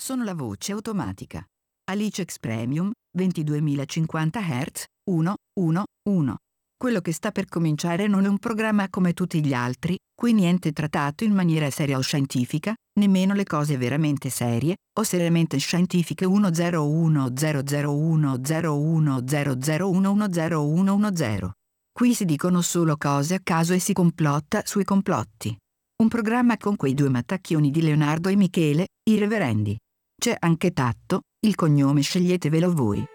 Sono la voce automatica. Alicex Premium 22.050 Hz 111. Quello che sta per cominciare non è un programma come tutti gli altri, qui niente trattato in maniera seria o scientifica, nemmeno le cose veramente serie o seriamente scientifiche 10100101001101110. Qui si dicono solo cose a caso e si complotta sui complotti. Un programma con quei due mattacchioni di Leonardo e Michele, i reverendi. C'è anche Tatto, il cognome sceglietevelo voi.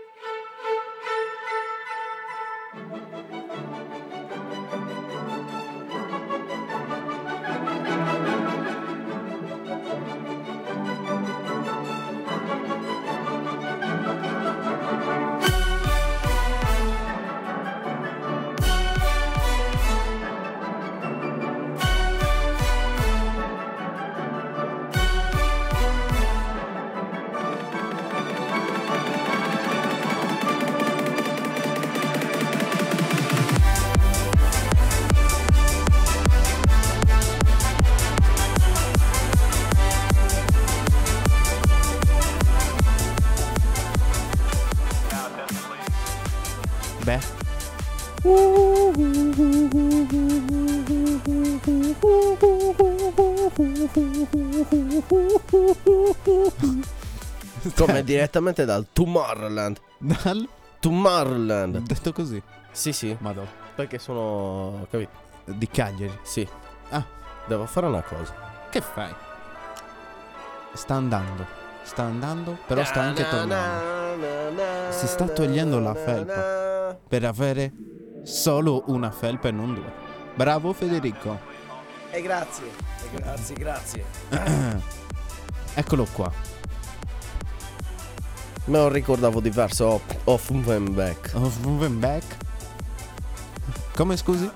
Come direttamente dal Tomorrowland. Dal? Tomorrowland. Detto così? Sì. Madonna. Perché sono... capito? Di Cagliari. Sì. Ah. Devo fare una cosa. Che fai? Sta andando, però sta anche tornando. Si sta togliendo la felpa per avere solo una felpa e non due. Bravo Federico. Grazie. Eccolo qua. Me lo ricordavo diverso. Offenbach. Offenbach? Come scusi?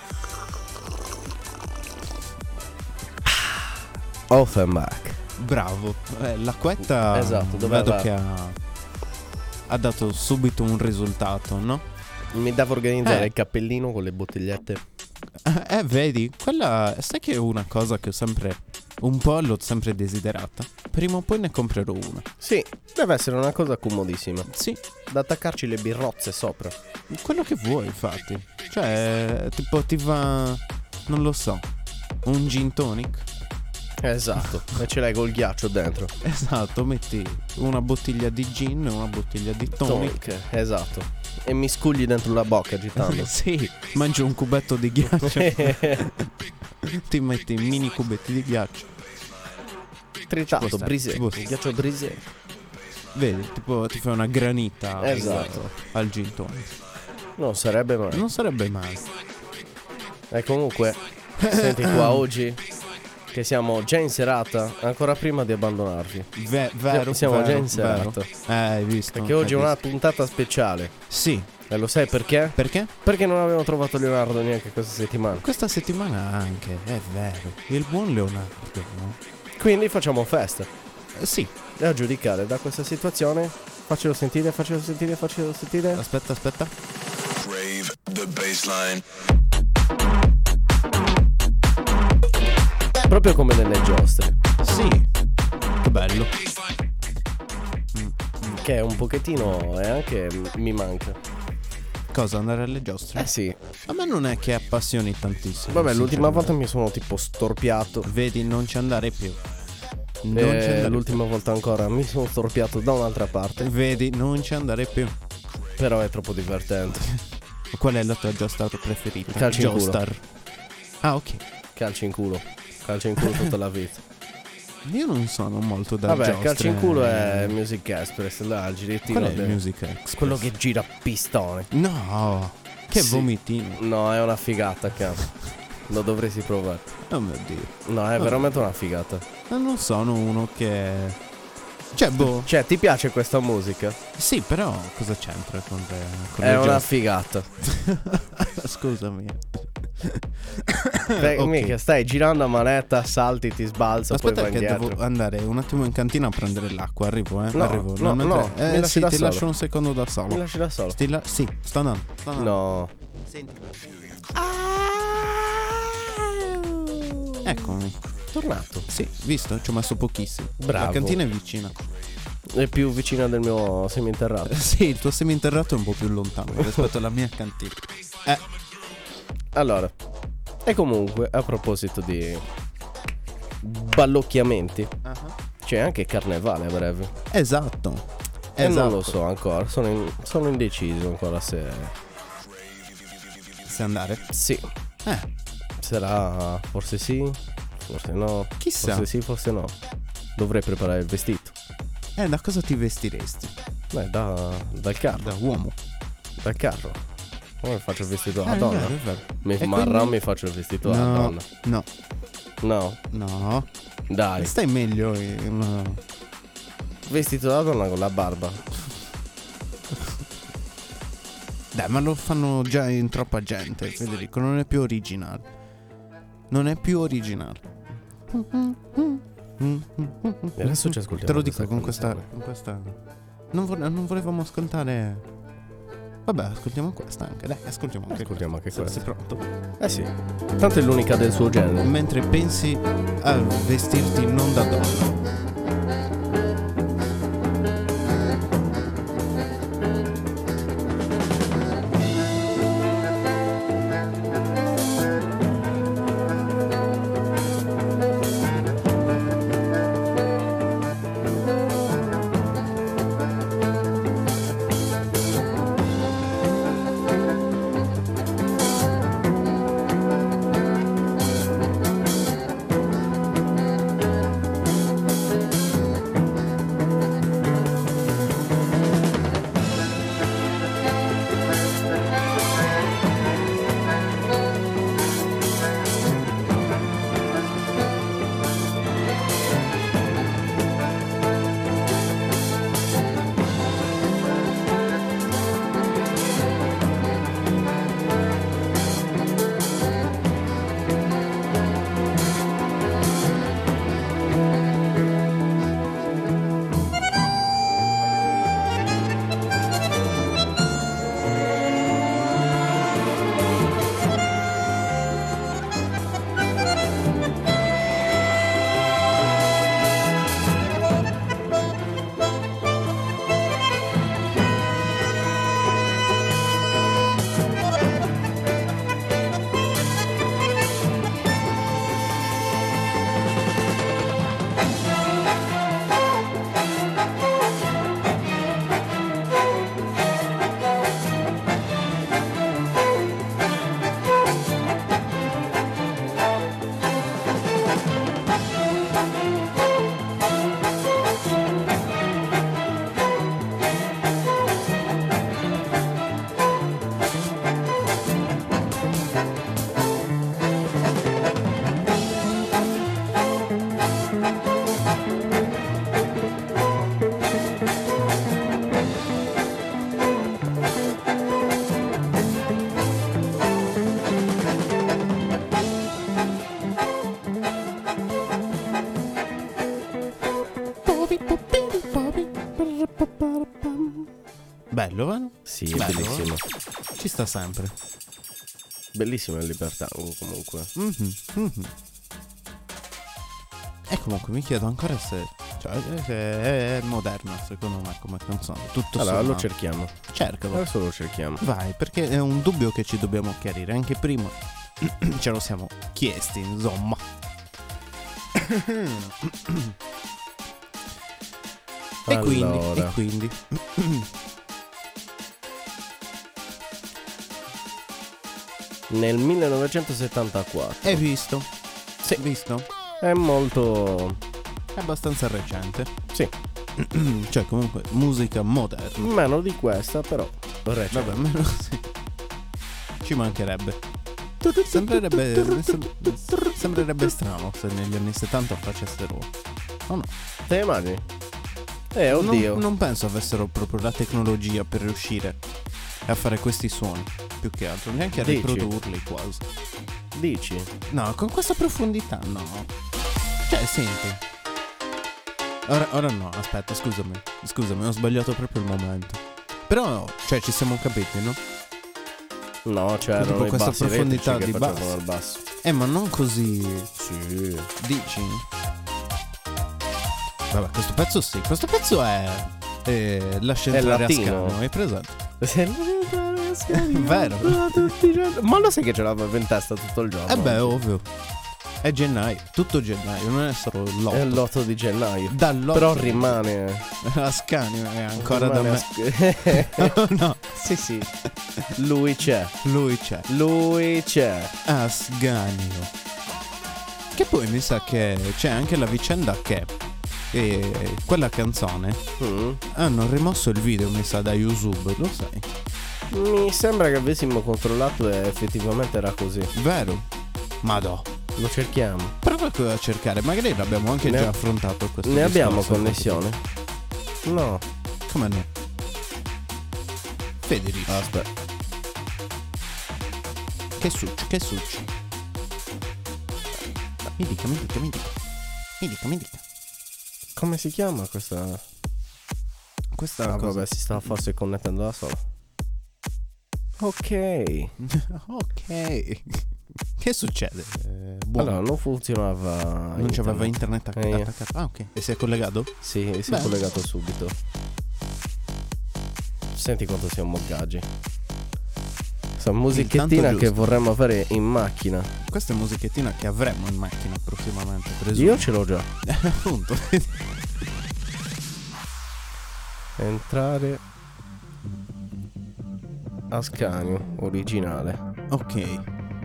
Offenbach. Bravo. L'acquetta. Esatto, vedo che ha dato subito un risultato, no? Mi devo organizzare il cappellino con le bottigliette. Vedi, quella sai che è una cosa che ho sempre un po' l'ho sempre desiderata. Prima o poi ne comprerò una. Sì, deve essere una cosa comodissima. Sì, da attaccarci le birrozze sopra. Quello che vuoi, infatti. Cioè, tipo ti va, non lo so, un gin tonic. Esatto, e ce l'hai col ghiaccio dentro. Esatto, metti una bottiglia di gin e una bottiglia di tonic. Esatto. E mi scugli dentro la bocca agitando. Sì, mangi un cubetto di ghiaccio. Ti metti mini cubetti di ghiaccio. Tritato, brisé. Ghiaccio brisé. Vedi, tipo ti fai una granita. Esatto. Al gin tonic. Non sarebbe male. Non sarebbe male. E comunque, senti qua oggi che siamo già in serata, ancora prima di abbandonarvi. Vero. Siamo già in serata. Hai visto? Perché oggi è una puntata speciale. Sì. E lo sai perché? Perché? Perché non abbiamo trovato Leonardo neanche questa settimana. Questa settimana anche, è vero. Il buon Leonardo, no? Quindi facciamo festa. Sì. E a giudicare da questa situazione, faccelo sentire. Aspetta. Crave the baseline. Proprio come nelle giostre. Sì. Che bello. Che è un pochettino e anche mi manca. Cosa, andare alle giostre? Sì. A me non è che appassioni tantissimo. Vabbè, l'ultima volta mi sono tipo storpiato. Vedi, non ci andare più. L'ultima volta ancora mi sono storpiato da un'altra parte. Vedi, non ci andare più. Però è troppo divertente. Qual è la tua giostra preferita? Calcio in culo. Ah, ok. Calcio in culo tutta la vita. Io non sono molto da giostre. Vabbè, calcio in culo è Music Express, là, il girettino. Qual è Music Express? Quello che gira pistone. No, che sì. Vomitino. No, è una figata, cazzo. Lo dovresti provare. Oh mio Dio. No, è veramente una figata. Non sono uno che... Cioè, ti piace questa musica? Sì, però cosa c'entra con è una figata. Scusami. Okay. Mica stai girando a manetta, salti, ti sbalza. Aspetta, poi vai che indietro. devo andare un attimo in cantina a prendere l'acqua. Arrivo, No, arrivo. no, mi lasci da ti solo. lascio un secondo da solo. Mi lasci da solo? Sì, sto andando. No. Senti. Eccomi. Tornato. Sì, visto? Ci ho messo pochissimo. Bravo. La cantina è vicina. È più vicina del mio seminterrato. Sì, il tuo seminterrato è un po' più lontano rispetto alla mia cantina. Allora, e comunque, a proposito di ballocchiamenti, c'è anche carnevale a breve. Esatto. E non lo so ancora, sono indeciso ancora se andare. sì. Sarà, forse sì, forse no. Chissà. Forse sì, forse no. Dovrei preparare il vestito. Da cosa ti vestiresti? Dal carro. Da uomo. Dal carro. Come faccio il vestito alla È donna? vero, è vero. Mi E marrà, quindi? mi faccio il vestito alla donna. No. Dai. Stai meglio Vestito da donna con la barba. Dai, ma lo fanno già in troppa gente, Federico. Non è più originale. E adesso ci ascoltiamo. Te lo dico questa con canzone. questa. Non volevamo ascoltare. Vabbè, ascoltiamo questa anche. Dai, ascoltiamo anche questa. questa. Sei pronto? Eh sì. Tanto è l'unica del suo genere. Mentre pensi a vestirti non da donna. Bello, vero? Sì, è Bello, bellissimo. Ci sta sempre. Bellissima libertà comunque. E comunque mi chiedo ancora se è moderna secondo me come canzone. Tutto Allora sommato. lo cerchiamo. Cercalo. Adesso lo cerchiamo. Vai, perché è un dubbio che ci dobbiamo chiarire. Anche prima ce lo siamo chiesti, insomma. E quindi nel 1974. hai visto? Sì. Visto? È molto... È abbastanza recente. Sì. Cioè comunque musica moderna. Meno di questa però recente. Vabbè, meno sì. Ci mancherebbe. Sembrerebbe strano se negli anni 70 facessero. O no? Te immagini? Oddio. Non penso avessero proprio la tecnologia per riuscire a fare questi suoni. Più che altro, neanche a Dici? riprodurli quasi. Dici? No, con questa profondità no. Cioè, senti. Ora no, aspetta, scusami, ho sbagliato proprio il momento. Però, ci siamo capiti, no? No, c'erano tipo i questa bassi profondità elettrici di che facevano basso. il basso. Ma non così. Sì. Dici? Vabbè, questo pezzo sì. Questo pezzo è lascia entrare latino. Ascanio, hai presente? Vero. Ma lo sai che ce l'avevo in testa tutto il giorno? Beh, ovvio. È gennaio, tutto gennaio, non è solo l'8. È l'8 di gennaio. Dall'8 Però rimane Ascanio è ancora da me. No, Sì. Lui c'è. lui c'è. Ascanio. Che poi mi sa che c'è anche la vicenda che quella canzone hanno rimosso il video, mi sa, da YouTube, lo sai? Mi sembra che avessimo controllato e effettivamente era così. Vero? Madò. Lo cerchiamo. Prova a cercare, magari l'abbiamo anche già affrontato questo Ne discorso. abbiamo connessione? No. Come no? Federico. Aspetta. Che succe? Mi dica. Come si chiama questa? Questa Ah, cosa. vabbè, si stava forse connettendo da sola. Ok. Ok. Che succede? Buono. Allora, non funzionava. Non c'aveva internet attaccato. Ah, ok. E si è collegato? Sì, si Beh. è collegato subito. Senti quanto siamo moggaggi. Questa musichettina giusto. che vorremmo avere in macchina. Questa è musichettina che avremo in macchina prossimamente, presumo. Io ce l'ho già. Appunto. Entrare Ascanio originale. Ok.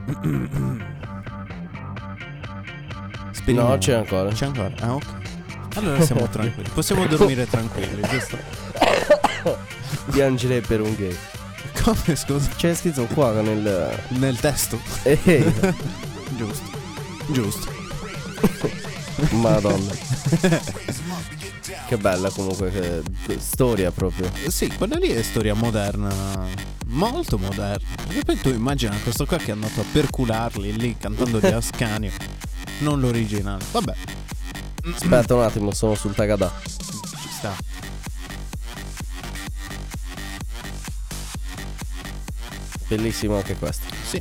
No, c'è ancora. C'è ancora? Ah, ok. Allora siamo tranquilli. Possiamo dormire tranquilli, giusto? Piangerei per un gay. Come, scusa? C'è scritto qua nel Nel testo. Giusto. Madonna. Che bella comunque, che storia proprio. Sì, quella lì è storia moderna. Molto moderna. E poi tu immagina questo qua che è andato a percularli lì cantando di Ascanio. Non l'originale. Vabbè, Aspetta un attimo, sono sul Tagada. ci sta. Bellissimo anche questo. Sì.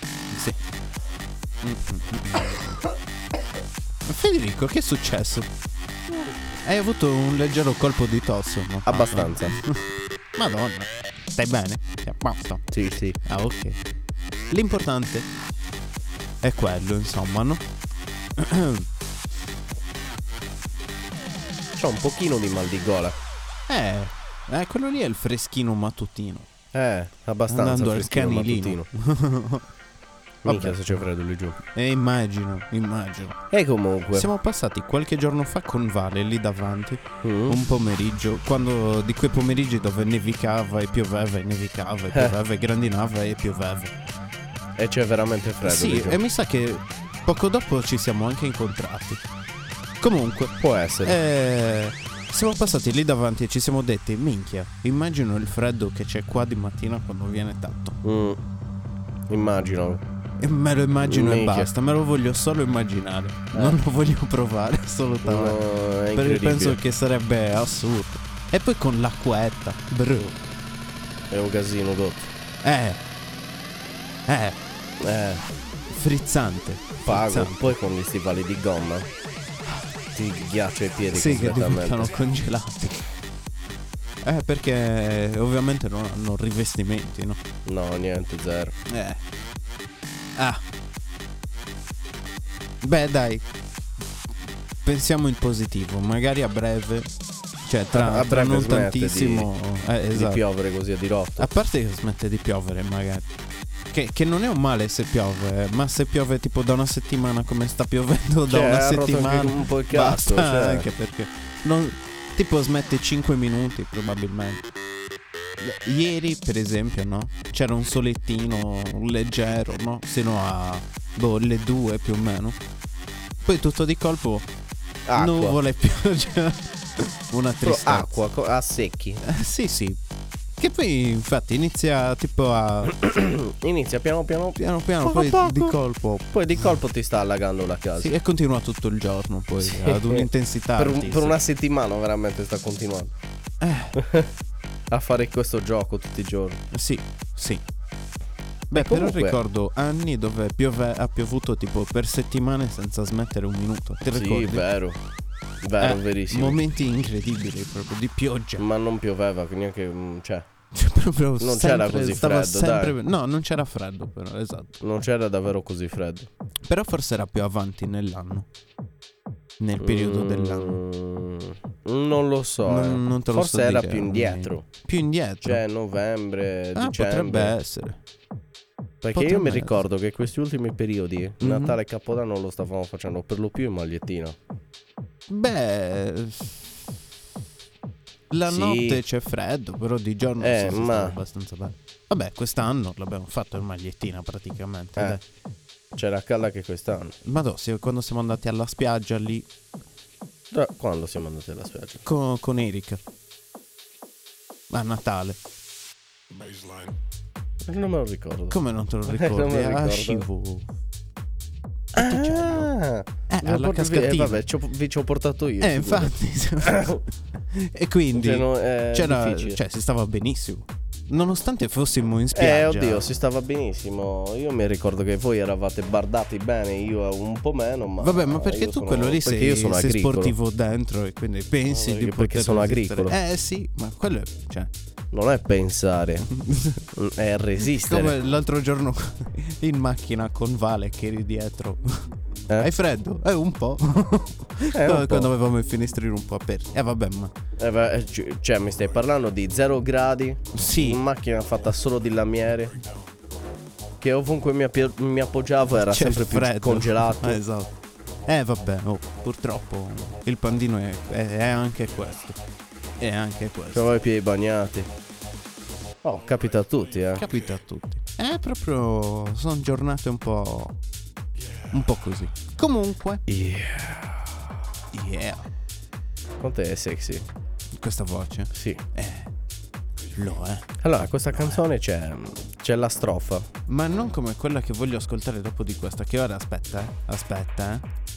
Federico, che è successo? Hai avuto un leggero colpo di tosse? No? Abbastanza. Madonna. Stai bene? Basta. Sì. Ah, ok. L'importante è quello, insomma, no? C'ho un pochino di mal di gola. Quello lì è il freschino mattutino. Abbastanza Andando al freschino canilino. mattutino. Minchia, Vabbè. se c'è freddo lì giù. Immagino. E comunque Siamo passati qualche giorno fa con Vale lì davanti, Mm. un pomeriggio, quando di quei pomeriggi dove nevicava e pioveva e nevicava e pioveva e grandinava e pioveva. E c'è veramente freddo Sì, lì giù. e mi sa che poco dopo ci siamo anche incontrati. Comunque, Può essere. siamo passati lì davanti e ci siamo detti, minchia, immagino il freddo che c'è qua di mattina quando viene tanto. Immagino. E me lo immagino e Minchia. basta, me lo voglio solo immaginare. Non lo voglio provare assolutamente. No, è Perché incredibile. penso che sarebbe assurdo. E poi con l'acquetta, bro. È un casino dopo. Frizzante. Pago. Frizzante. Poi con gli stivali di gomma ti ghiaccia i piedi Sì, che completamente. diventano congelati. Perché ovviamente non hanno rivestimenti, no? No, niente, zero. Beh, dai. Pensiamo in positivo. Magari a breve. Cioè, tra A breve non smette tantissimo. Di Esatto. piovere così a dirotto. A parte che smette di piovere, magari. Che non è un male se piove. Ma se piove tipo da una settimana come sta piovendo da Cioè, una ha rotto settimana. anche un po' il cazzo, basta, cioè. anche perché tipo smette 5 minuti probabilmente. Ieri per esempio, no? C'era un solettino leggero, no? Sino a le 2 più o meno. Poi tutto di colpo Acqua. nuvole e pioggia. Una Però tristezza. acqua a secchi. Sì. Che poi infatti inizia tipo a Inizia piano piano poco poi a poco. di colpo. Poi di colpo ti sta allagando la casa. Sì, e continua tutto il giorno poi Sì. ad un'intensità per altissima. una settimana veramente sta continuando a fare questo gioco tutti i giorni. Sì. Beh, comunque- però ricordo anni dove ha piovuto tipo per settimane senza smettere un minuto. Ti Sì, ricordi? vero, verissimo. Momenti incredibili proprio di pioggia. Ma non pioveva neanche, cioè, Cioè, proprio Non c'era sempre- così stava freddo, sempre- dai. No, non c'era freddo però, esatto. non c'era davvero così freddo. Però forse era più avanti nell'anno. Nel periodo dell'anno. Non lo so. Non te lo Forse so era dire, più indietro. Più indietro. Cioè novembre, dicembre. potrebbe essere. Perché io potrebbe mi ricordo che questi ultimi periodi, Mhm. Natale e Capodanno, lo stavamo facendo per lo più in magliettina. Beh, la Sì. notte c'è freddo, però di giorno si sta ma- abbastanza bene. Vabbè, quest'anno l'abbiamo fatto in magliettina praticamente. Dai. C'era calda anche quest'anno. Ma quando siamo andati alla spiaggia lì Quando siamo andati alla spiaggia? con Erika a Natale. Non me lo ricordo. Come non te lo Non ricordi? me lo A ricordo. Scivu. Ah, alla cascatina. vabbè, vi ci ho portato io. figurati. Infatti. E quindi Cioè, no, è c'era, difficile. cioè si stava benissimo. Nonostante fossimo in spiaggia. Oddio, si stava benissimo. Io mi ricordo che voi eravate bardati bene, io un po' meno. Ma Vabbè, ma perché io tu sono- quello lì perché sei, io sono sei agricolo. sportivo dentro e quindi pensi No, di perché poter sono resistere. agricolo. Sì, ma quello è, cioè, Non è pensare, è resistere. come l'altro giorno in macchina con Vale che eri dietro. Hai freddo? Un po'. un Quando po'. avevamo i finestrini un po' aperti. Vabbè, ma Cioè, mi stai parlando di 0 gradi? sì. In macchina fatta solo di lamiere. Che ovunque mi appoggiavo era C'è sempre più freddo. congelato. Esatto. Vabbè, purtroppo il pandino è anche questo. È anche questo. Avevo i piedi bagnati. Oh, capita a tutti, Capita a tutti. È proprio. Sono giornate un po' così. Comunque. Yeah. Quanto è sexy? Questa voce. Sì. Lo è. Allora, questa canzone c'è la strofa. Ma non come quella che voglio ascoltare dopo di questa. Che ora aspetta.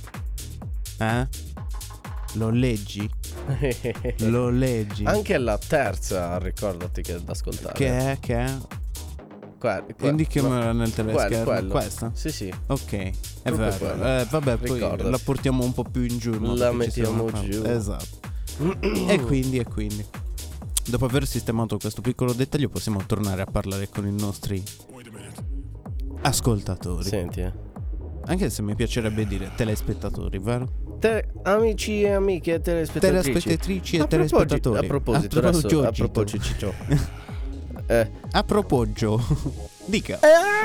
Lo leggi? Lo leggi? Anche la terza, ricordati che è da ascoltare. Che è? Quella. Indicamela nel teleschermo. quello. Questa? Sì. Ok, è Proprio vero. quella. Vabbè, poi Ricordati. la portiamo un po' più in giù. in modo La che ci mettiamo sia una giù. pausa. Esatto. E quindi. Dopo aver sistemato questo piccolo dettaglio, possiamo tornare a parlare con i nostri ascoltatori. Senti, Anche se mi piacerebbe dire telespettatori, vero? amici e amiche telespettatrici. Telespettatrici e A telespettatori. proposito, adesso, a proposito, Ciccio. A proposito. Dica.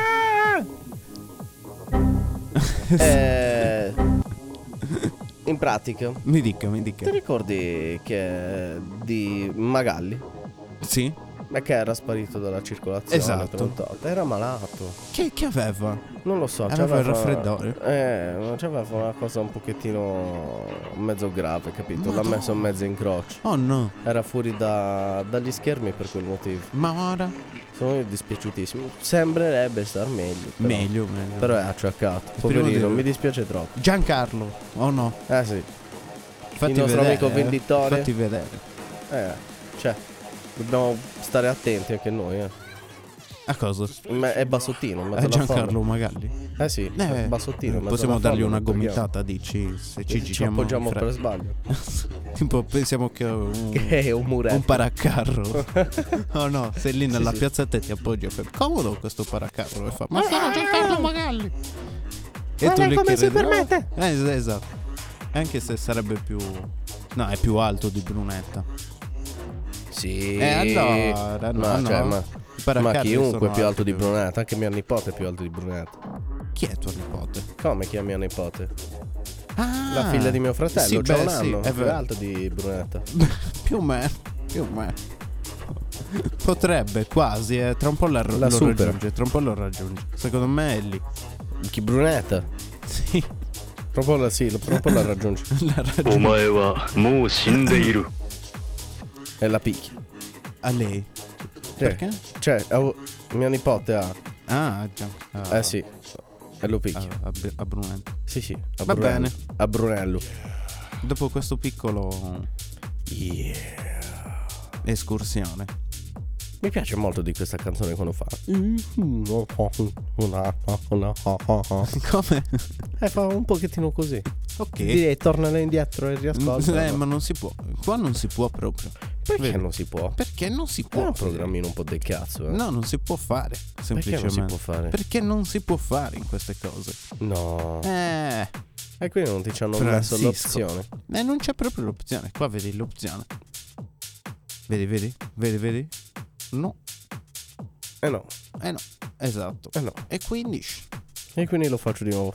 In pratica, Mi dica. ti ricordi che di Magalli? Sì? Ma che era sparito dalla circolazione? Esatto. 38. Era malato. Che aveva? Non lo so, Aveva il raffreddore. ma c'aveva una cosa un pochettino mezzo grave, capito? L'ha Madonna. messo mezzo in croce. Oh no. Era fuori dagli schermi per quel motivo. Ma ora? Sono io dispiaciutissimo. Sembrerebbe star meglio. Meglio. Però è acciaccato. Speriamo Poverino, di- mi dispiace troppo. Giancarlo. Oh no. Sì. Fatti Il nostro vedere, amico venditore. Fatti vedere. Cioè, dobbiamo stare attenti anche noi, A cosa? Ma è bassottino, in mezzo A alla Giancarlo folla. Magalli. Sì, è bassottino. in mezzo Possiamo alla dargli folla, una lo preghiamo. gomitata, dici, se ci Ci giriamo appoggiamo in per fretta. sbaglio. Tipo pensiamo che Che è un muretto. un paracarro. Oh no, sei lì nella sì. piazzetta e ti appoggi e fai comodo questo paracarro e fa ma sono Giancarlo Magalli. E tu lì come che si ridi, permette? Esatto. Anche se sarebbe più. No, è più alto di Brunetta. Sì. Allora, no. Cioè, I ma paracarri chiunque sono è più alto di alti. Brunetta. Anche mia nipote è più alto di Brunetta. Chi è tua nipote? Come chi è mia nipote? Ah, La figlia di mio fratello, sì, c'ha beh, un sì, anno, è è più vero. alta di Brunetta. Più o meno. Potrebbe, quasi, tra un po' lo supera. raggiunge, tra un po' lo raggiunge. Secondo me è lì. Chi Brunetta? Sì, Proprio la raggiunge. la raggiunge. お前はもう死んでいる。 E la picchia. A lei. Cioè, Perché? Cioè, mia nipote ha. Ah, già. Sì. E lo picchia. A Brunetta. Sì. A Va Brunello. bene. A Brunello. Dopo questo piccolo escursione, Mi piace molto di questa canzone quando fa. Come? Fa un pochettino così. Ok. Direi tornala indietro e riascolta. Ma non si può. Qua non si può proprio. Perché Vedi? non si può? Perché non si È può. un programmino un po' del cazzo. No, non si può fare. Perché Semplicemente. non si può fare? Perché non si può fare in queste cose. No. E quindi non ti ci hanno messo Francisco. l'opzione. non c'è proprio l'opzione. Qua vedi l'opzione. Vedi? No. No. No. Esatto. No. E quindi E quindi lo faccio di nuovo.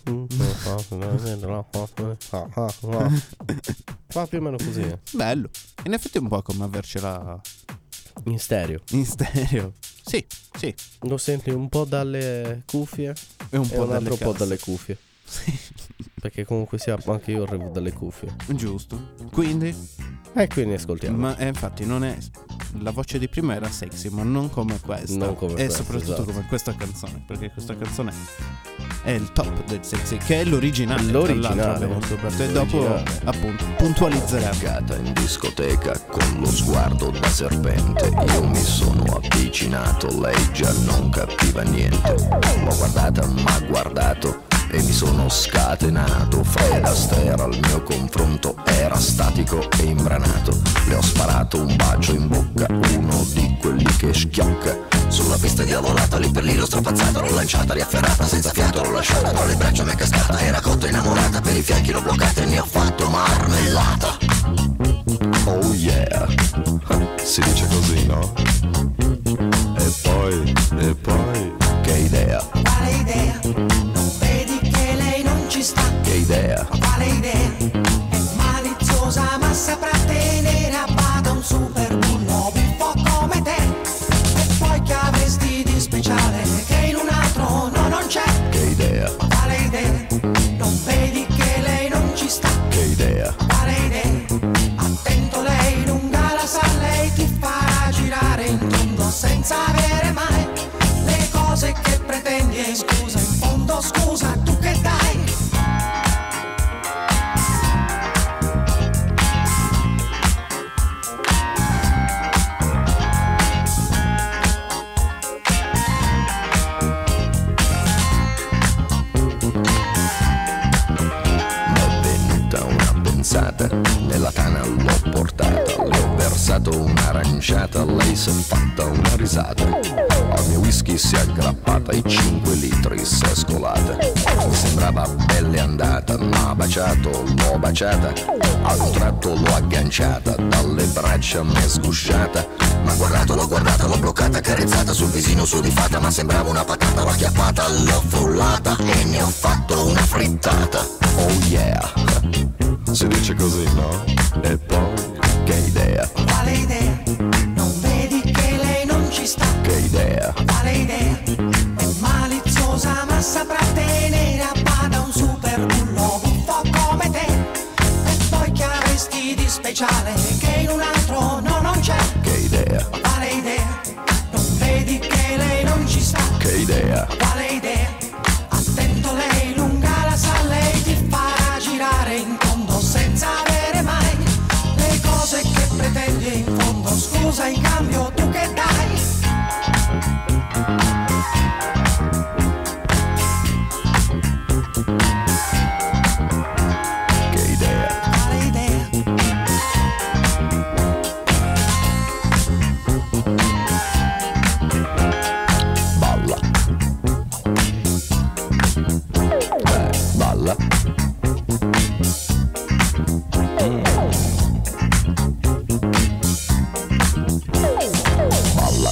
Fa più o meno così. bello. In effetti è un po' come avercela In stereo. in stereo. Sì. Lo senti un po' dalle cuffie È un e po' un altro dalle po' dalle cuffie. Sì. Perché comunque sia anche io arrivo dalle cuffie. Giusto. Quindi E quindi ascoltiamo. ma infatti non è la voce di prima era sexy, ma non come questa. Non come e questa, soprattutto esatto. come questa canzone, perché questa canzone è il top del sexy, che è l'originale. L'originale. Tra l'altro abbiamo scoperto. E dopo L'originale. appunto puntualizzeremo. Ficcata in discoteca con lo sguardo da serpente. Io mi sono avvicinato, lei già non capiva niente. L'ho guardata, m'ha guardato e mi sono scatenato. Fred Astaire al mio confronto era statico e imbranato. Le ho sparato un bacio in bocca, uno di quelli che schiocca. Sulla pista diavolata, lì per lì l'ho strappazzata, l'ho lanciata, riafferrata, senza fiato l'ho lasciata, tra le braccia mi è cascata, era cotta innamorata, per i fianchi l'ho bloccata e ne ho fatto marmellata. Oh yeah, si dice così, no? E poi, che idea? Quale idea? Non vedi che lei non ci sta? Che idea? Quale idea? È maliziosa ma saprà tenere a bada un super bullo buffo come te. E poi che avresti di speciale che in un altro no non c'è? Che idea? Quale idea? Non vedi che lei non ci sta? Che idea? Quale idea? Attento, lei lunga la sa, lei ti farà girare in tondo senza avere mai le cose che pretendi. E scusa, in fondo scusa, tu che dai? M'è venuta una pensata, nella tana l'ho portata, le ho versato un'aranciata, lei s'è fatta una risata. Al mio whisky si è aggrappata, i 5 litri s'è scolata. Mi sembrava belle andata, m'ha baciato, l'ho baciata. Ad un tratto l'ho agganciata, dalle braccia m'è sgusciata. M'ha guardato, l'ho guardata, l'ho bloccata, carezzata sul visino sudifata, ma sembrava una patata, l'ho acchiappata, l'ho frullata e ne ho fatto una frittata. Oh yeah, si dice così, no? E poi, che idea? Quale idea? Non vedi che lei non ci sta? Che idea? Quale idea? È maliziosa ma saprà tenere a bada un super bullo buffo come te. E poi che avresti di speciale che in un altro no non c'è? Che idea? Quale idea? Non vedi che lei non ci sta? Che idea? Quale idea? Attento, lei lunga la sa, lei ti farà girare in tondo senza avere mai le cose che pretendi. In fondo scusa, in cambio tu che dai? Che idea? Quale idea? Balla. Balla. Balla.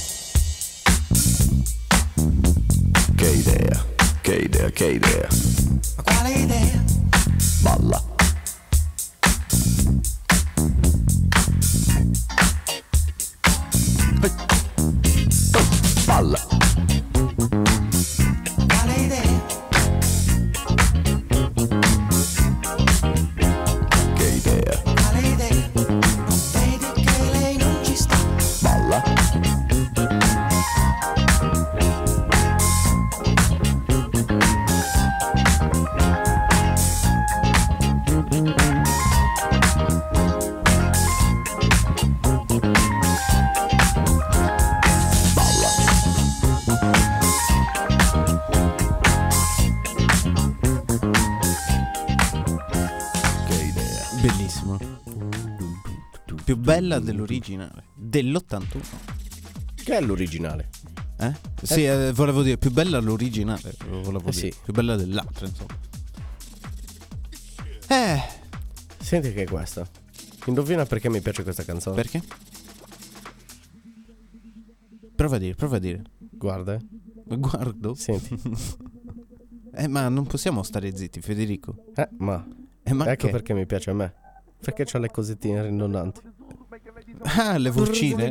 Che idea? Che idea? Che idea? Ma quale idea? Balla. Balla. Quale idea? Che idea? Quale idea? Non vedi che lei non ci sta? Balla. bella dell'originale, dell'81. Che è l'originale? Sì, volevo dire più bella l'originale, volevo dire, sì. più bella dell'altra, insomma. Senti che è questa. Indovina perché mi piace questa canzone. Perché? Prova a dire. Guarda. Guardo. Senti. Ma non possiamo stare zitti, Federico. Ma Ma ecco che? perché mi piace a me. Perché c'ha le cosettine ridondanti. Ah, le vocine.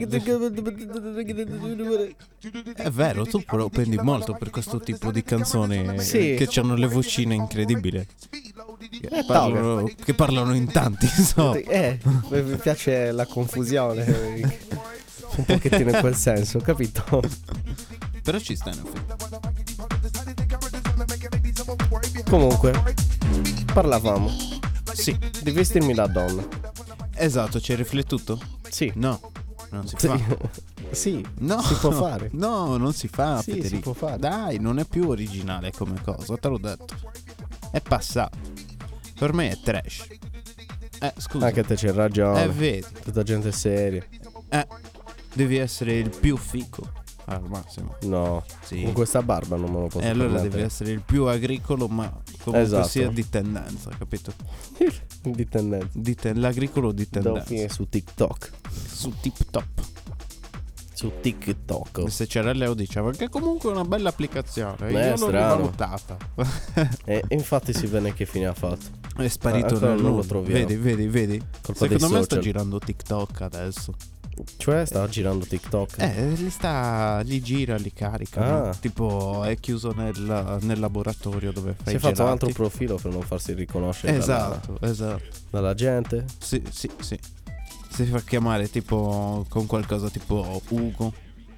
È vero, tu però prendi molto per questo tipo di canzoni. Sì. Che hanno le vocine incredibili. Che parlano in tanti, so. Mi piace la confusione. Un pochettino in quel senso, capito? Però ci sta in effetti. Comunque, parlavamo Sì, di vestirmi da donna. esatto, ci hai riflettuto? Sì. No, non si Sì. fa. Sì, No, si può fare. No, non si fa, Sì, Federico. si può fare. Dai, non è più originale come cosa, te l'ho detto. È passato. Per me è trash. Scusa. Anche te c'hai ragione. Vedi. Tutta gente seria. Devi essere il più fico al massimo. No, Sì. con questa barba non me lo posso E allora permettere. devi essere il più agricolo, ma comunque Esatto. sia di tendenza, capito? Di tendenza. L'agricolo di Devo tendenza. finire su TikTok. Su tip top. Su TikTok. Se c'era Leo diceva che comunque è una bella applicazione. Io l'ho strano. rivalutata. E infatti si vede che fine ha fatto. È sparito Ancora nel non lo nulla. troviamo. Vedi. Colpa Secondo dei me sta social. girando TikTok adesso. Cioè stava girando TikTok. Li gira, li carica. no? Tipo è chiuso nel laboratorio dove fai Si è i fatto un gelati. altro profilo per non farsi riconoscere Esatto. dalla gente. Sì. Si fa chiamare tipo con qualcosa tipo Ugo,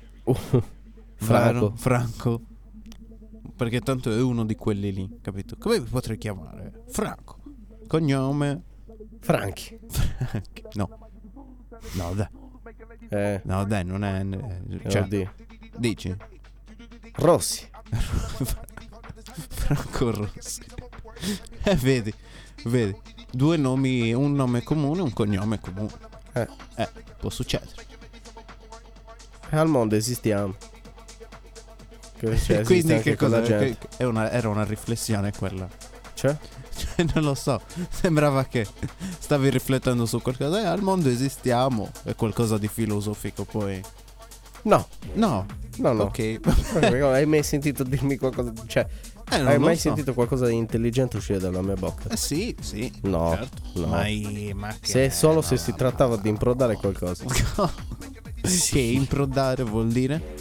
Franco. Perché tanto è uno di quelli lì, capito? Come vi potrei chiamare? Franco. Cognome Franchi. No, dai. No, dai, non è. Cioè, Oddio. dici? Rossi. Franco Rossi. Vedi. Due nomi, un nome comune, un cognome comune. Può succedere. E al mondo esistiamo. Cioè, Quindi anche che quella cosa? gente. Era una riflessione quella. Cioè? Non lo so. Sembrava che stavi riflettendo su qualcosa. Al mondo esistiamo. È qualcosa di filosofico poi. No. Ok. Hai mai sentito dirmi qualcosa? Cioè, Non hai lo mai so. sentito qualcosa di intelligente uscire dalla mia bocca? Sì. No, Certo. no. Ma che Se solo se si trattava di improdare qualcosa. Che improdare vuol dire?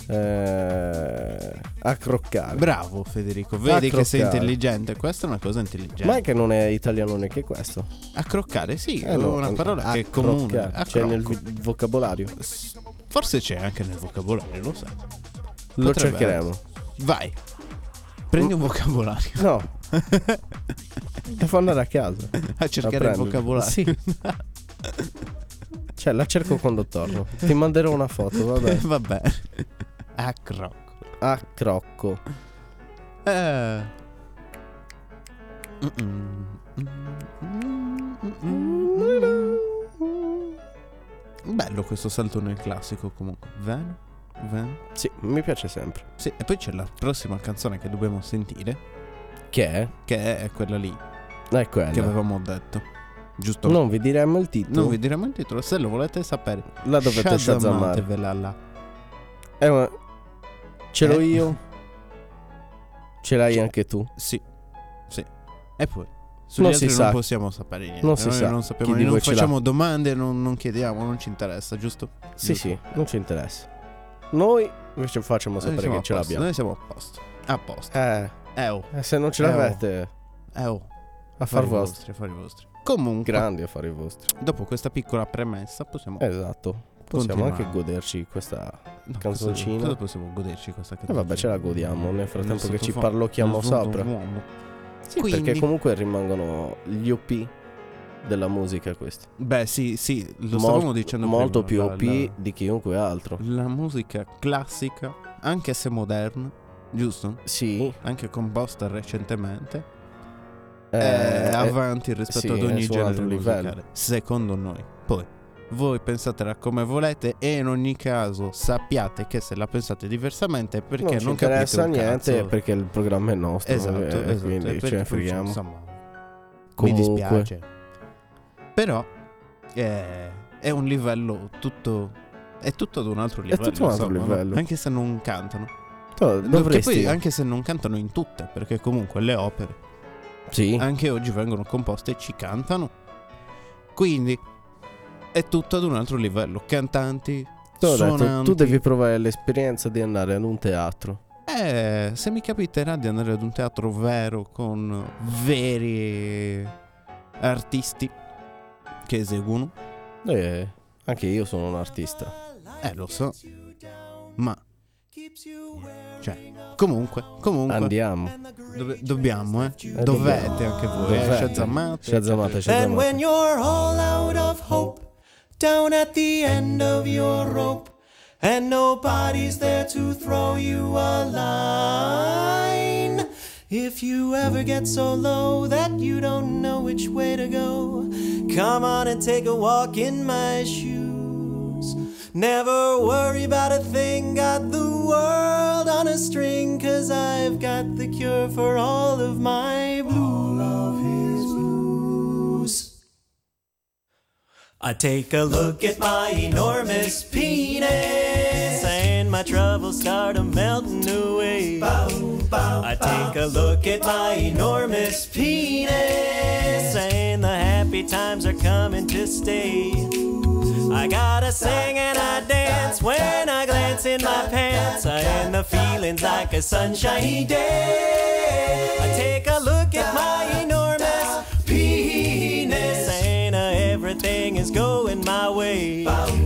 Accroccare. Bravo Federico. Vedi che sei Accroccare. intelligente. Questa è una cosa intelligente. Ma è che non è italiano neanche questo. Accroccare, sì, è No, una parola che è comune. accroccare. C'è nel vocabolario. Forse c'è anche nel vocabolario, lo sai. Lo Potrebbe cercheremo. essere. Vai. Prendi un vocabolario. No. Devo andare a casa A cercare il vocabolario. Sì. Cioè la cerco quando torno. Ti manderò una foto, vabbè. Vabbè. Accrocco. Bello questo salto nel classico comunque. Bene. Sì, mi piace sempre. Sì, e poi c'è la prossima canzone che dobbiamo sentire, Che è? che è quella lì È quella. che avevamo detto. Giusto? Non vi diremo il titolo. Non vi diremo il titolo, se lo volete sapere. La dovete shazammare. Shazzamatevela là. Ma ce l'ho io. Ce l'hai anche tu. Sì. E poi sugli Non altri si non sa. possiamo sapere niente. Non si Noi sa. non Chi sappiamo, di non voi ce facciamo domande, non chiediamo, non ci interessa, giusto? Sì, Giusto. sì, non ci interessa. Noi invece facciamo Noi sapere siamo che a ce posto, l'abbiamo. Noi siamo a posto. A posto. Oh. Se non ce l'avete, affari vostri. Affari vostri. Comunque, Grandi affari vostri. dopo questa piccola premessa possiamo Esatto. Possiamo continuare. anche goderci questa No, canzoncina. cosa possiamo goderci questa E canzoncina? vabbè, ce la godiamo nel frattempo che ci sottofondo, parlocchiamo nel sopra. sottofondo. Sì, Quindi- perché comunque rimangono gli OP della musica questi. Beh, sì, lo stavamo dicendo molto prima, più OP di chiunque altro. la musica classica, anche se moderna, giusto? Sì. Anche composta recentemente, è avanti rispetto sì, ad ogni è su un genere altro musicale, livello. secondo noi. Poi voi pensatela come volete, e in ogni caso sappiate che se la pensate diversamente è perché non non ci capite interessa un niente, cazzo. perché il programma è nostro. Esatto, quindi perché ce ne poi, freghiamo. insomma, mi Comunque. dispiace. Però è un livello tutto. È tutto ad un altro livello. tutto un altro insomma, no? livello. Anche se non cantano. Tu Che dovresti. poi anche se non cantano in tutte, perché comunque le opere Sì. anche oggi vengono composte e ci cantano. Quindi è tutto ad un altro livello. Cantanti, T'ho detto, suonanti. tu devi provare l'esperienza di andare ad un teatro. Se mi capiterà di andare ad un teatro vero con veri artisti che eseguono, Anche io sono un artista. lo so, ma cioè comunque Andiamo. dobbiamo dobbiamo. dovete anche voi Dovete. Shazzamate. And when you're all out of hope, down at the end of your rope, and nobody's there to throw you a line, if you ever get so low that you don't know which way to go, come on and take a walk in my shoes. Never worry about a thing, got the world on a string, 'cause I've got the cure for all of my blues. I take a look at my enormous penis, and my troubles start a melting away. I take a look at my enormous penis, and the happy times are coming to stay. I gotta sing and I dance when I glance in my pants, and the feeling's like a sunshiny day. I take a look at my enormous penis, and everything is going my way.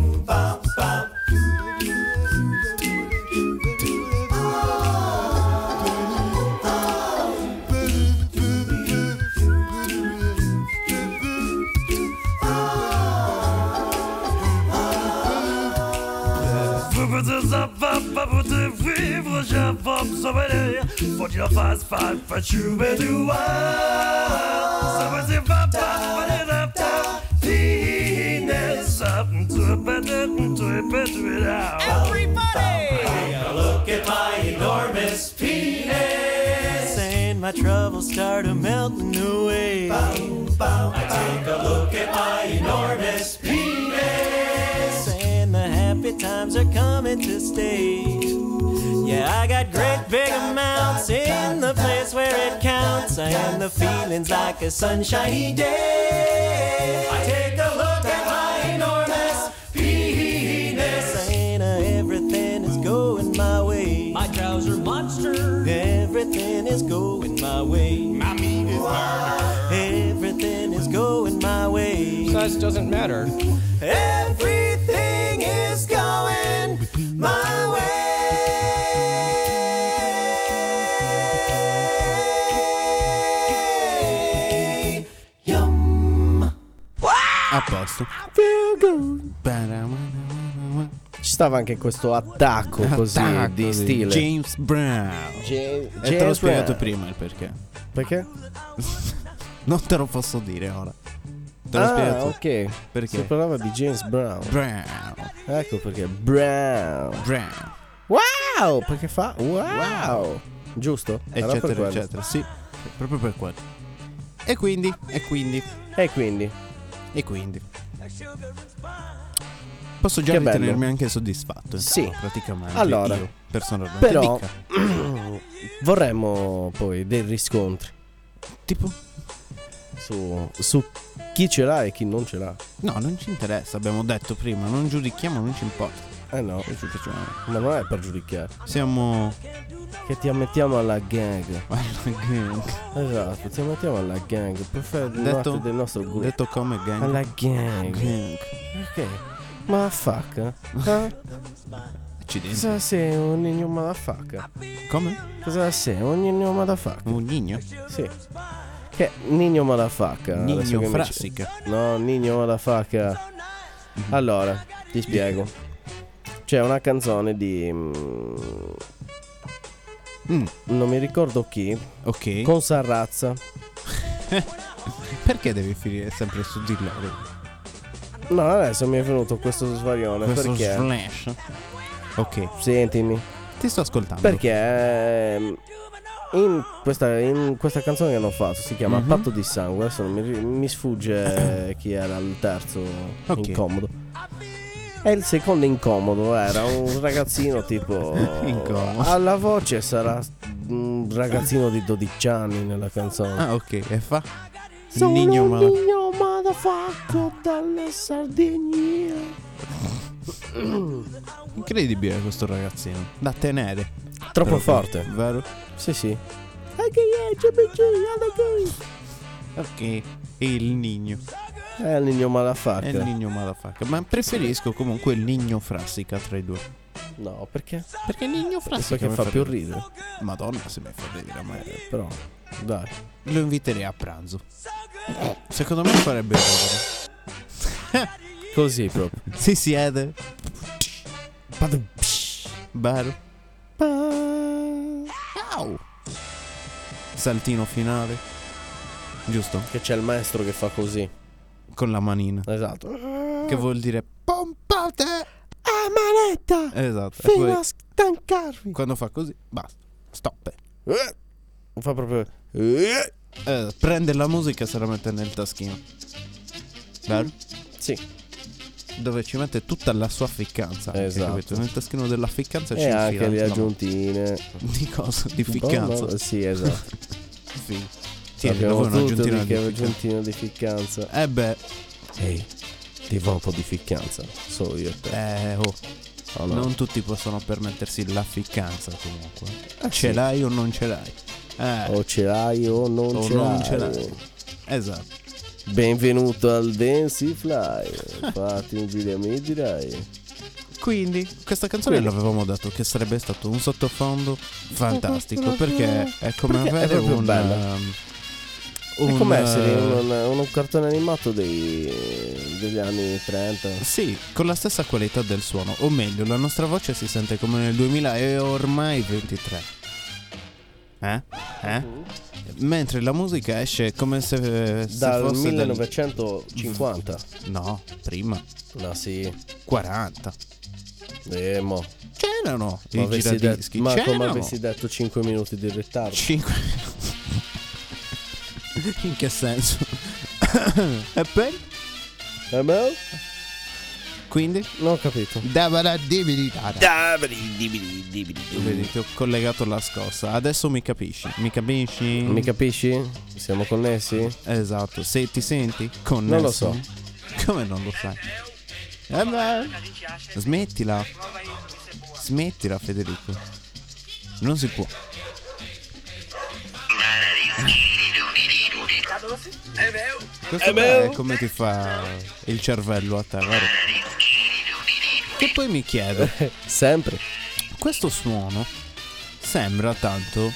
Faut dire face face pas chouber du wa. Ça va c'est pas penis up to it out. Everybody! Take a look at my enormous penis, and my troubles start melting away. I take a look at my enormous penis, and the happy times are coming to stay. Yeah, I got great big amounts in the place where it counts, and the feeling's like a sunshiny day. I take a look at my enormous penis, and everything is going my way. My trouser monster. Everything is going my way. My meat is burner. Everything is going my way. Size doesn't matter. Everything is going my way. A posto. Ci stava anche questo attacco così di stile. James Brown. James E te l'ho spiegato Brown. prima il perché. Perché? Non te lo posso dire ora. Te l'ho spiegato. Ok. Perché? Si parlava di James Brown. Brown. Ecco perché Brown. Brown. Wow, perché fa wow. Giusto? Era per Eccetera, quello. eccetera. Sì, proprio per quello. E quindi. Posso già Che bello. ritenermi anche soddisfatto. Sì. Praticamente. Allora, io, personalmente. però Dica. vorremmo poi dei riscontri Tipo? su chi ce l'ha e chi non ce l'ha. No, non ci interessa, abbiamo detto prima. Non giudichiamo, non ci importa. No, Che ci facciamo? ma non è per giudicare. Siamo. Che ti ammettiamo alla gang. alla gang. Esatto, ti ammettiamo alla gang. Del nostro gruppo. Detto come gang. Alla gang. Gang. Ok. Motherfucker. Accidenti. Cosa sei un nigno motherfucker? Come? Cosa sei un nigno motherfucker? Un nigno? Sì. Che nigno motherfucker? Adesso Nigno che mi frassica. No, nigno motherfucker. Allora, ti spiego. C'è una canzone di non mi ricordo chi. Ok. Con Sarrazza. Perché devi finire sempre su di loro? No, adesso mi è venuto questo svarione. Questo perché? flash. Ok, Sentimi. ti sto ascoltando. Perché in questa canzone che hanno fatto si chiama Patto di sangue. Adesso non mi sfugge chi era il terzo incomodo. E il secondo incomodo era un ragazzino tipo Incomodo. alla voce sarà un ragazzino di 12 anni nella canzone. Ah, ok, e fa? Sono Nino un nigno motherfucker dalle Sardegna. Incredibile questo ragazzino. Da tenere. Troppo Però, forte. vero? Sì, sì. Ok, il Nino. È il nigno motherfucker. È il Nino motherfucker. Ma preferisco comunque il Nino Frassica tra i due. No, perché? Perché il Nino Frassica Perché mi fa più ridere. Madonna, se mi fa ridere, ma Però, dai. lo inviterei a pranzo. Secondo me farebbe ridere. Così proprio. Si siede. Bello. Au. Saltino finale. Giusto? Che c'è il maestro che fa così. Con la manina. Esatto. Che vuol dire pompate a manetta. Esatto. E Fino poi a stancarvi. quando fa così, basta. Stop. Fa proprio. Prende la musica e se la mette nel taschino. Vero? Sì. Dove ci mette tutta la sua ficcanza. anche, Esatto. capito? Nel taschino della ficcanza ci E infila anche le la mano. aggiuntine. Di cosa? Di ficcanza. No, sì, esatto. Sì. Tieni, Abbiamo lavora tutti un'aggiuntina che di ficcanza. aggiuntina di ficcanza. Beh. Ehi, ti va un po' di ficcanza. Solo io e te. Oh, no. Non tutti possono permettersi la ficcanza comunque. Ce sì. l'hai o non ce l'hai? O ce l'hai o non, ce l'hai. Esatto. Benvenuto al Dance Fly. Fatti un giro a me, direi. Quindi questa canzone l'avevamo detto che sarebbe stato un sottofondo fantastico, perché è come Perché è avere proprio un bella. È come essere un cartone animato degli anni 30. Sì, con la stessa qualità del suono, o meglio, la nostra voce si sente come nel 2000 e ormai 23. Mentre la musica esce come se Dal fosse 1950. No, prima. No, sì. 40. Mo. C'erano Ma i avessi giradischi. ma come c'erano. avessi detto 5 minuti di ritardo. 5. In che senso? E poi? Quindi? Non ho capito. Vedi, ti ho collegato la scossa. Adesso mi capisci? Mi capisci? Mi capisci? Siamo connessi? Esatto. Se ti senti connesso? Non lo so. Come non lo sai? Beh. Smettila. Smettila, Federico. Non si può. Questo è come ti fa il cervello a te, vero? Che poi mi chiedo, Sempre. questo suono sembra tanto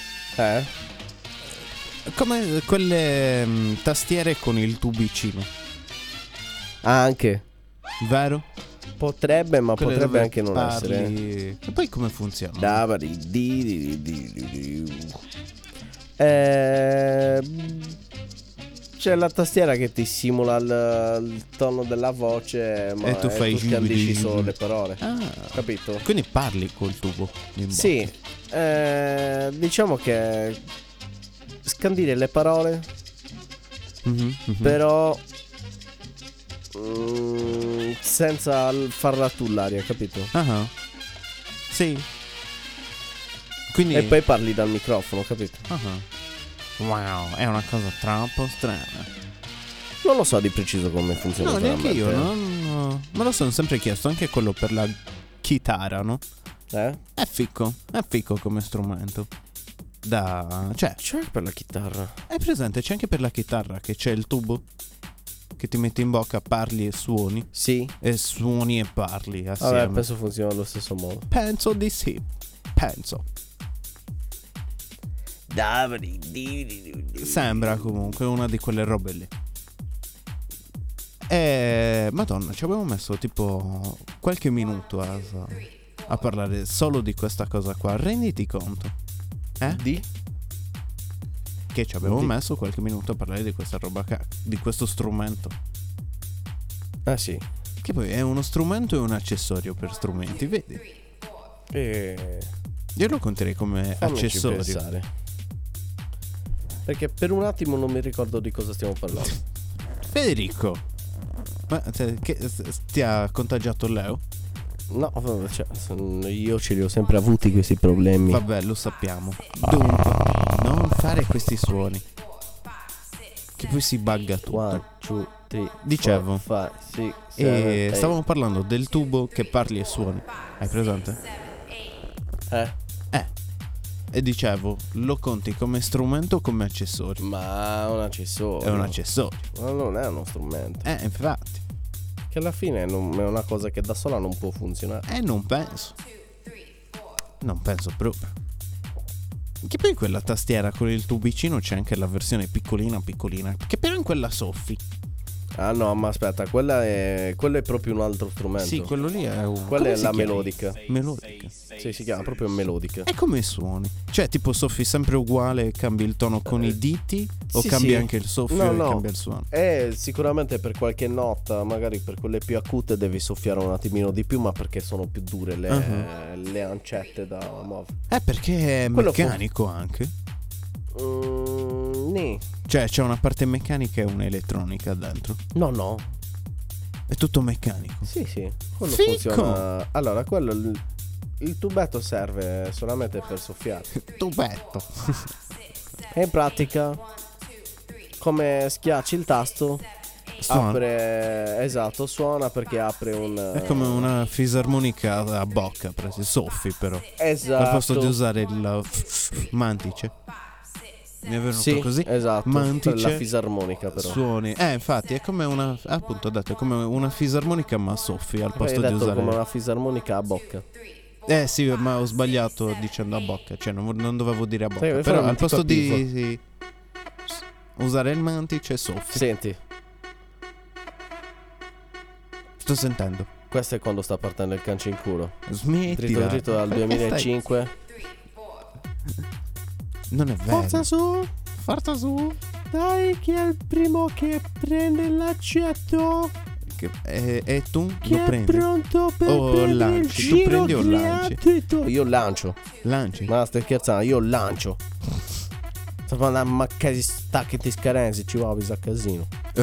come quelle tastiere con il tubicino, Anche. vero? Potrebbe, ma Quelle potrebbe dove anche non parli. essere. E poi come funziona? C'è la tastiera che ti simula il tono della voce, ma E tu fai tu scandisci solo le parole. Capito? Quindi parli col tubo in bocca. Sì, diciamo che scandire le parole, però senza farla tu l'aria, capito? Ah. Sì. Quindi E poi parli dal microfono, capito? wow, è una cosa troppo strana. Non lo so di preciso come funziona. No, neanche io, veramente. no. Me lo sono sempre chiesto, anche quello per la chitarra, no? È fico come strumento. Cioè, C'è per la chitarra. è presente, c'è anche per la chitarra che c'è il tubo che ti metti in bocca, parli e suoni. Sì. E suoni e parli assieme. Vabbè, penso funziona allo stesso modo. Penso di sì. Penso. Sembra comunque una di quelle robe lì. Madonna, ci abbiamo messo tipo qualche minuto a parlare solo di questa cosa qua. Renditi conto. Di? Che ci abbiamo messo qualche minuto a parlare di questa roba di questo strumento. Ah sì. Che poi è uno strumento e un accessorio per strumenti, vedi? Io lo conterei come accessorio. Pensare. Perché per un attimo non mi ricordo di cosa stiamo parlando. Federico, ma ti ha contagiato Leo? No, cioè, io ce li ho sempre avuti questi problemi. Vabbè, lo sappiamo. Dunque, non fare questi suoni, che poi si bugga tutto. 1, 2, 3. Dicevo. 4, 5, 6, E 7, stavamo parlando del tubo che parli e suoni. Hai presente? E dicevo, lo conti come strumento o come accessorio? Ma è un accessorio. È un accessorio. Ma non è uno strumento. Infatti. Che alla fine è una cosa che da sola non può funzionare. Non penso. Non penso proprio. Che poi in quella tastiera con il tubicino c'è anche la versione piccolina. Che però in quella soffi. Ah no, ma aspetta, quello è proprio un altro strumento. Sì, quello lì è un... Quella è la melodica. Melodica. Sì, si chiama proprio melodica. E come suoni? Cioè tipo soffi sempre uguale e cambi il tono con i diti? O sì, cambi sì. anche il soffio e No. cambia il suono? Sicuramente per qualche nota, magari per quelle più acute devi soffiare un attimino di più, ma perché sono più dure le ancette da muovere. Perché è Quello meccanico anche? Nì. Cioè c'è una parte meccanica e una elettronica dentro? No. È tutto meccanico? Sì. Quello Fico. funziona. Allora, quello il tubetto serve solamente per soffiare. Tubetto. E in pratica, come schiacci il tasto, Suona. apre. Esatto, suona perché apre un. È come una fisarmonica a bocca, soffi però. Esatto. Al posto di usare il mantice. Mi è venuto sì, così. Esatto. Mantice. La fisarmonica però. Suoni. Infatti è come una. Appunto ho detto, è come una fisarmonica ma soffi al posto Hai di detto usare. come una fisarmonica a bocca. Sì, ma ho sbagliato dicendo a bocca. Cioè non dovevo dire a bocca. Sì, però non al ti posto capivo. di usare il mantice soffi. Senti, Sto sentendo. questo è quando sta partendo il cancio in culo. Smettila. Dritto dal 2005. Non è vero. Forza su. Dai, chi è il primo che prende l'accetto? E tu Chi lo è prendi? pronto per O prendere lanci? il Tu giro prendi o lanci? gratuito? Io lancio. Lanci? Ma stai scherzando, io lancio. Sto parlando ma che stacchi ti scarenze, ci va a casino.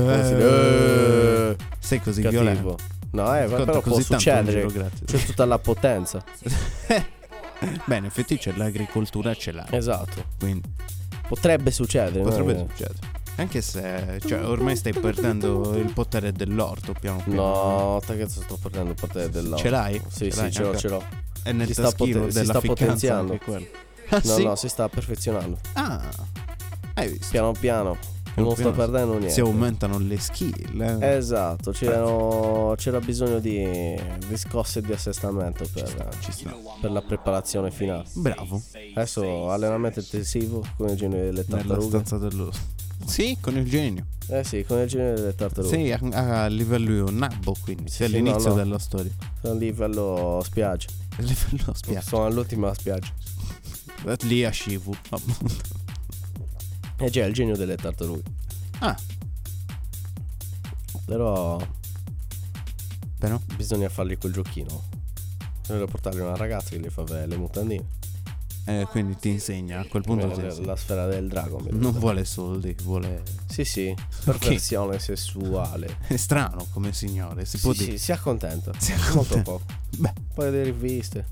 Sei così Cattivo. violento. No, Ascolta, però può così tanto un succedere. giro gratis. C'è tutta la potenza. Beh, in effetti c'è l'agricoltura, ce l'ha. Esatto. Quindi Potrebbe succedere. potrebbe no? succedere. Anche se, cioè, ormai stai perdendo il potere dell'orto piano piano. No, te cazzo sto perdendo il potere dell'oro. Ce l'hai? Sì, Ce l'hai? ce l'ho, Ecco. ce l'ho. È nel Si sta taschino poten- si della sta ficcanza potenziando. anche quello. No, si sta perfezionando. Hai visto? Piano piano. Non sto perdendo niente. Si aumentano le skill. Esatto, c'era bisogno di scosse di assestamento per la preparazione finale. Bravo. Adesso allenamento intensivo con il genio delle Nella tartarughe. stanza dello. Sì, con il genio. Sì, con il genio delle tartarughe. Sì, a livello nabbo, quindi Sì, all'inizio no. della storia. Sono a livello spiaggia. A livello spiaggia. Sono all'ultima spiaggia. Lì a Shivu, appunto. E c'è il genio delle tartarughe. Però bisogna fargli quel giochino. Bisogna portargli una ragazza che gli fa le mutandine. Quindi ti insegna a quel punto La sfera del drago. non vuole soldi, vuole. Sì, perversione sessuale. È strano come signore, si può dire. Sì, si accontenta. Si accontenta. Molto poco. Beh, Poi le riviste.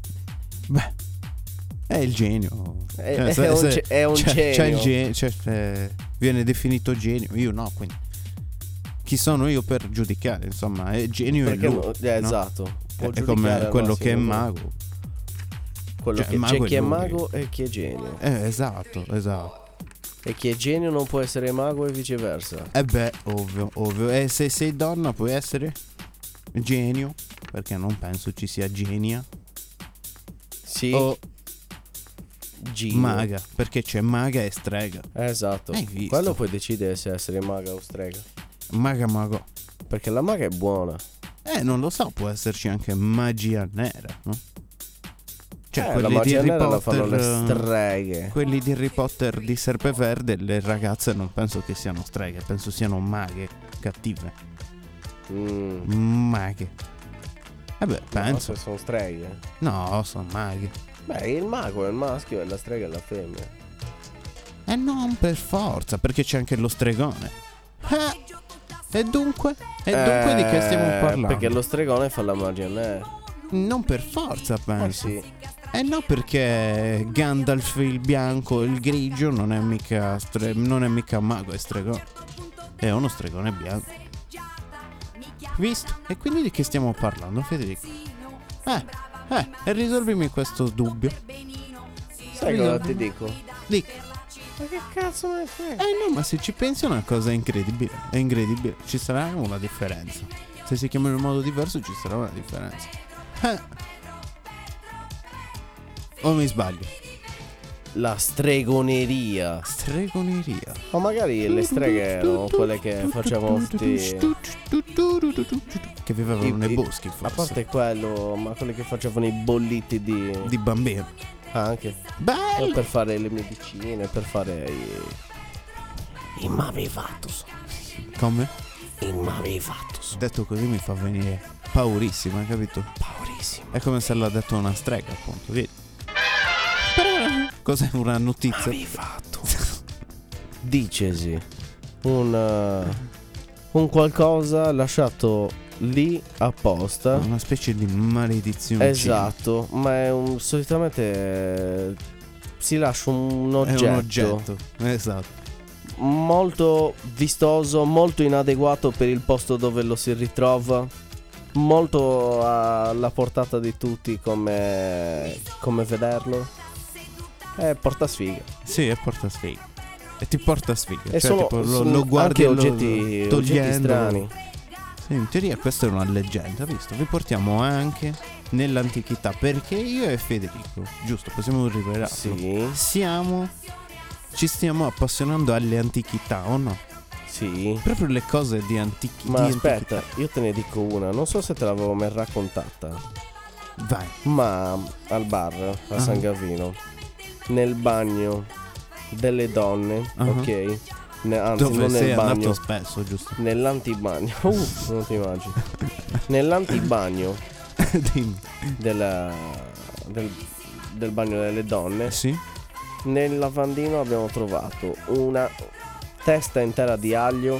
è il genio. È un genio. Viene definito genio. Io no, quindi. Chi sono io per giudicare? Insomma, è genio Perché e lui. no? Esatto. Può È come giudicare al quello che è massimo. mago. Quello Cioè, che mago c'è chi è lui. mago e chi è genio. Esatto. E chi è genio non può essere mago e viceversa. Ovvio. E se sei donna puoi essere genio? Perché non penso ci sia genia. Sì. O genio. maga, perché c'è maga e strega. Esatto. Hai visto? Quello puoi decidere se essere maga o strega. Mago. Perché la maga è buona. Non lo so, può esserci anche magia nera, no? Cioè, La quelli di magia Harry nera la Potter, fanno le streghe. quelli di Harry Potter di Serpeverde, le ragazze non penso che siano streghe, penso siano maghe cattive. Maghe. Beh, penso. No, sono streghe. No, sono maghe. Beh, il mago è il maschio e la strega è la femmina. Non per forza, perché c'è anche lo stregone. E dunque? Di che stiamo parlando? Perché lo stregone fa la magia nera. Non per forza, penso. Sì. No, perché Gandalf il bianco e il grigio non è mica mago, è stregone. È uno stregone bianco. Visto? E quindi di che stiamo parlando, Federico? E risolvimi questo dubbio. Sai cosa ti dico? Dico. Ma che cazzo me ne frega? No, ma se ci pensi è una cosa incredibile. È incredibile. Ci sarà una differenza. Se si chiama in un modo diverso ci sarà una differenza. O mi sbaglio? La stregoneria. Stregoneria. O magari le streghe erano quelle che facevano tutti, che vivevano nei boschi, forse. A parte quello, ma quelli che facevano i bolliti di bambino. Anche. Bello. Per fare le medicine, per fare i mavivatus. Come? I mavivatus. Detto così mi fa venire paurissimo, hai capito? Paurissimo. È come se l'ha detto una strega, appunto, vedi? Cos'è una notizia? Mavivatus. Dicesi un qualcosa lasciato lì apposta. Una specie di maledizione. Esatto, ma è solitamente si lascia un oggetto. È un oggetto, esatto. Molto vistoso, molto inadeguato per il posto dove lo si ritrova, molto alla portata di tutti come vederlo. Porta sfiga. Sì, è porta sfiga. E ti porta sfiga. E cioè, tipo, lo guardi anche oggetti strani. Sì, in teoria questa è una leggenda, visto? Vi portiamo anche nell'antichità, perché io e Federico, giusto, possiamo rivelarlo. Sì. Ci stiamo appassionando alle antichità, o no? Sì. Proprio le cose di antichità. Ma aspetta, io te ne dico una, non so se te l'avevo mai raccontata. Vai. Ma al bar a San Gavino, nel bagno delle donne, ok? Anzi, dove non sei nel bagno, andato spesso, giusto? nell'antibagno. Non ti immagini. Nell'antibagno del bagno delle donne. Sì. Nel lavandino abbiamo trovato una testa intera di aglio.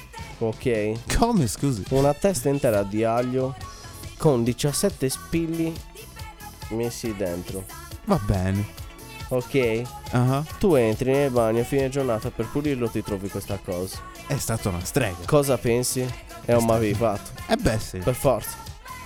Ok? Come, scusi? Una testa intera di aglio con 17 spilli messi dentro. Va bene. Ok? Tu entri nel bagno a fine giornata, per pulirlo ti trovi questa cosa. È stata una strega. Cosa pensi? È un mavifato. Beh, sì. Per forza.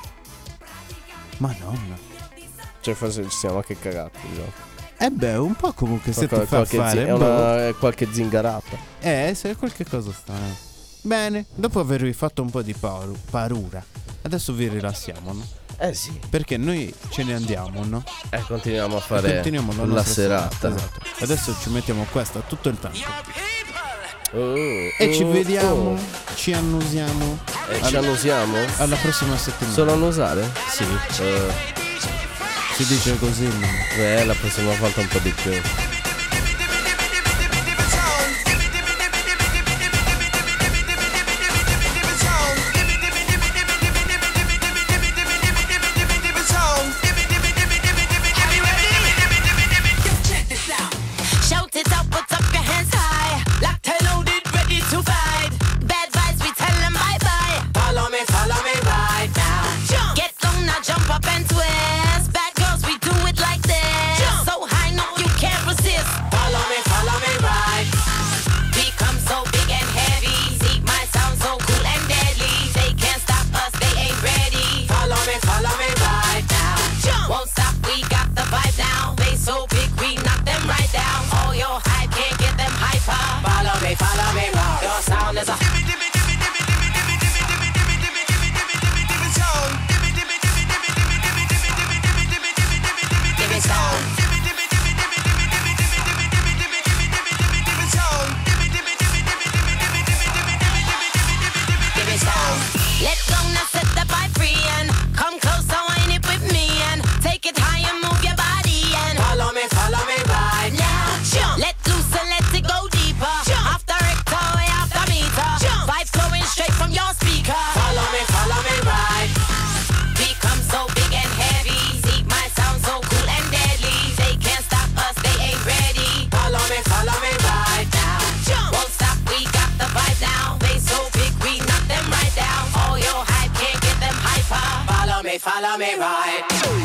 Madonna. Cioè forse ci siamo anche cagati, no? Beh, un po' comunque se ti fa fare è qualche zingarata. Se è qualche cosa strana. Bene, dopo avervi fatto un po' di paura, adesso vi rilassiamo, no? Sì. Perché noi ce ne andiamo, no? Continuiamo a fare la serata. Esatto. Adesso ci mettiamo questa tutto il tempo. E ci vediamo. Ci annusiamo. Ci annusiamo? Alla prossima settimana. Solo annusare? Sì. Si dice così, no? La prossima volta un po' di più. Follow me, rock. Your sound is a Let's go now, set the vibe free and come closer. follow me right.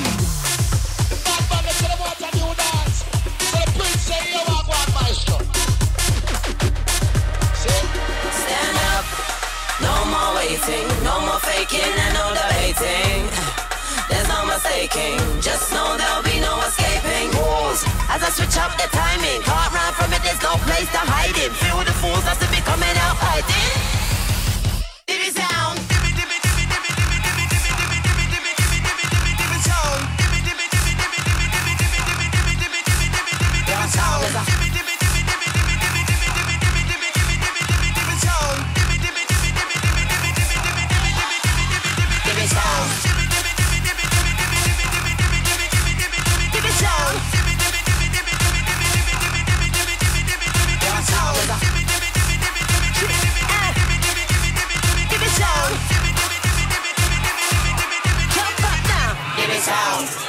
Stand up, no more waiting, no more faking and no debating. There's no mistaking, just know there'll be no escaping rules. As I switch up the timing, can't run from it, there's no place to hide it. Feel the fools as to be coming out fighting. Divvy sound. Sound.